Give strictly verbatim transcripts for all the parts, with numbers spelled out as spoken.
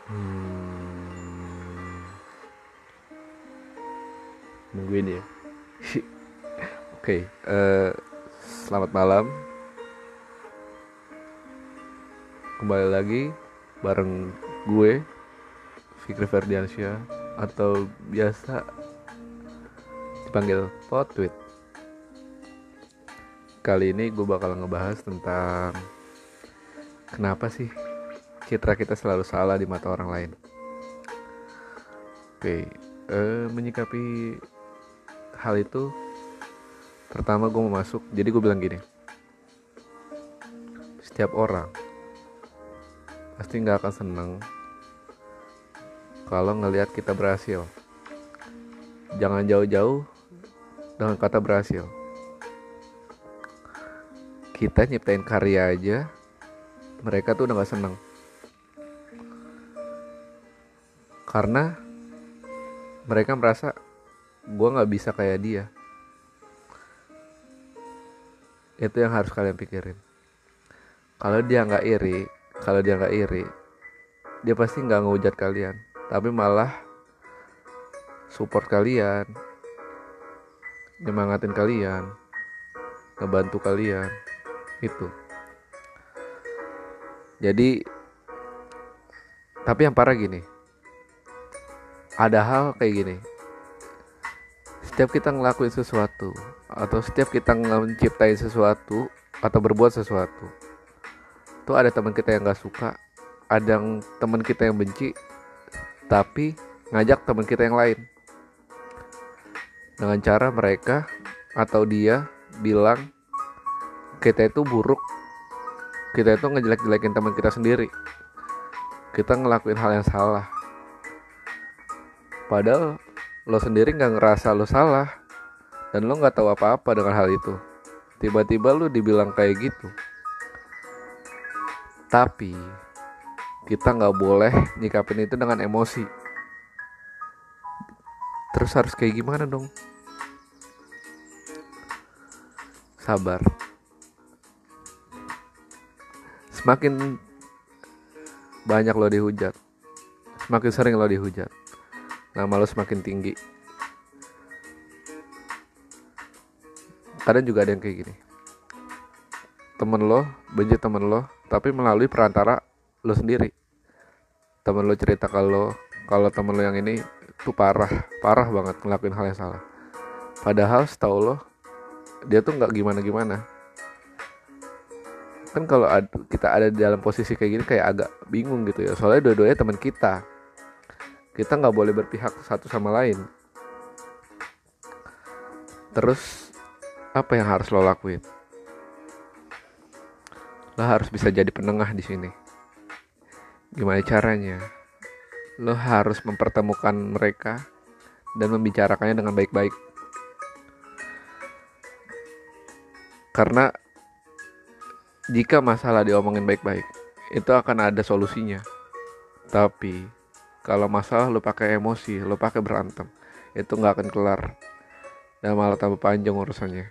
Hmm, nungguin ya. Oke, eh, selamat malam. Kembali lagi bareng gue, Fikri Ferdiansyah, atau biasa dipanggil Potwit. Kali ini gue bakal ngebahas tentang kenapa sih citra kita selalu salah di mata orang lain. Oke, eh, menyikapi hal itu, pertama gue mau masuk. Jadi gue bilang gini, setiap orang pasti nggak akan seneng kalau ngelihat kita berhasil. Jangan jauh-jauh dengan kata berhasil. Kita nyiptain karya aja, mereka tuh udah gak seneng. Karena mereka merasa gue gak bisa kayak dia. Itu yang harus kalian pikirin. Kalau dia gak iri, kalau dia gak iri, dia pasti gak ngehujat kalian, tapi malah support kalian, nyemangatin kalian, ngebantu kalian. Itu. Jadi, tapi yang parah gini, ada hal kayak gini. Setiap kita ngelakuin sesuatu, atau setiap kita menciptain sesuatu, atau berbuat sesuatu, tuh ada teman kita yang gak suka, ada yang teman kita yang benci, tapi ngajak teman kita yang lain dengan cara mereka atau dia bilang kita itu buruk, kita itu ngejelek-jelekin teman kita sendiri, kita ngelakuin hal yang salah. Padahal lo sendiri gak ngerasa lo salah, dan lo gak tahu apa-apa dengan hal itu. Tiba-tiba lo dibilang kayak gitu. Tapi kita gak boleh nyikapin itu dengan emosi. Terus harus kayak gimana dong? Sabar. Semakin banyak lo dihujat, semakin sering lo dihujat, nama lo semakin tinggi. Kadang juga ada yang kayak gini, temen lo benci temen lo, tapi melalui perantara lo sendiri. Temen lo cerita kalau kalau temen lo yang ini tuh parah, parah banget ngelakuin hal yang salah. Padahal setahu lo dia tuh nggak gimana-gimana. Kan kalau ad, kita ada di dalam posisi kayak gini kayak agak bingung gitu ya. Soalnya dua-duanya teman kita. Kita nggak boleh berpihak satu sama lain. Terus apa yang harus lo lakuin? Lo harus bisa jadi penengah di sini. Gimana caranya? Lo harus mempertemukan mereka dan membicarakannya dengan baik-baik. Karena jika masalah diomongin baik-baik, itu akan ada solusinya. Tapi kalau masalah lo pakai emosi, lo pakai berantem, itu nggak akan kelar dan malah tambah panjang urusannya.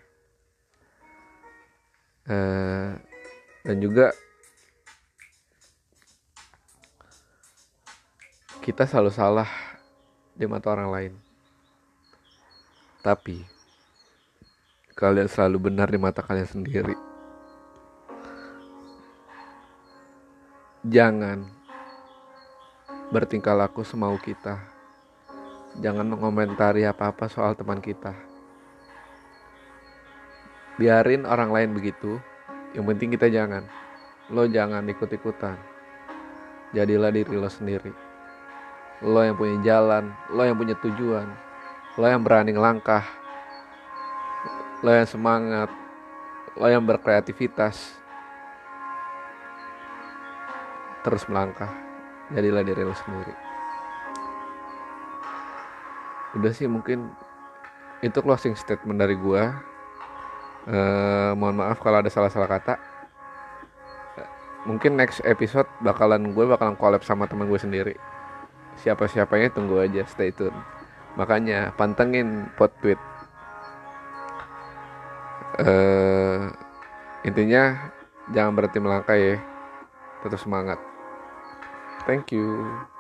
Uh, dan juga kita selalu salah di mata orang lain, tapi kalian selalu benar di mata kalian sendiri. Jangan bertingkah laku semau kita. Jangan mengomentari apa-apa soal teman kita. Biarin orang lain begitu. Yang penting kita jangan. Lo jangan ikut-ikutan. Jadilah diri lo sendiri. Lo yang punya jalan, lo yang punya tujuan, lo yang berani ngelangkah, lo yang semangat, lo yang berkreativitas. Terus melangkah. Jadilah diri lo sendiri. Udah sih, mungkin itu closing statement dari gua. uh, Mohon maaf kalau ada salah-salah kata. Mungkin next episode bakalan gue bakalan collab sama teman gue sendiri. Siapa-siapanya tunggu aja, stay tune. Makanya pantengin Potwit. uh, Intinya jangan berhenti melangkah ya. Tetap semangat. Thank you.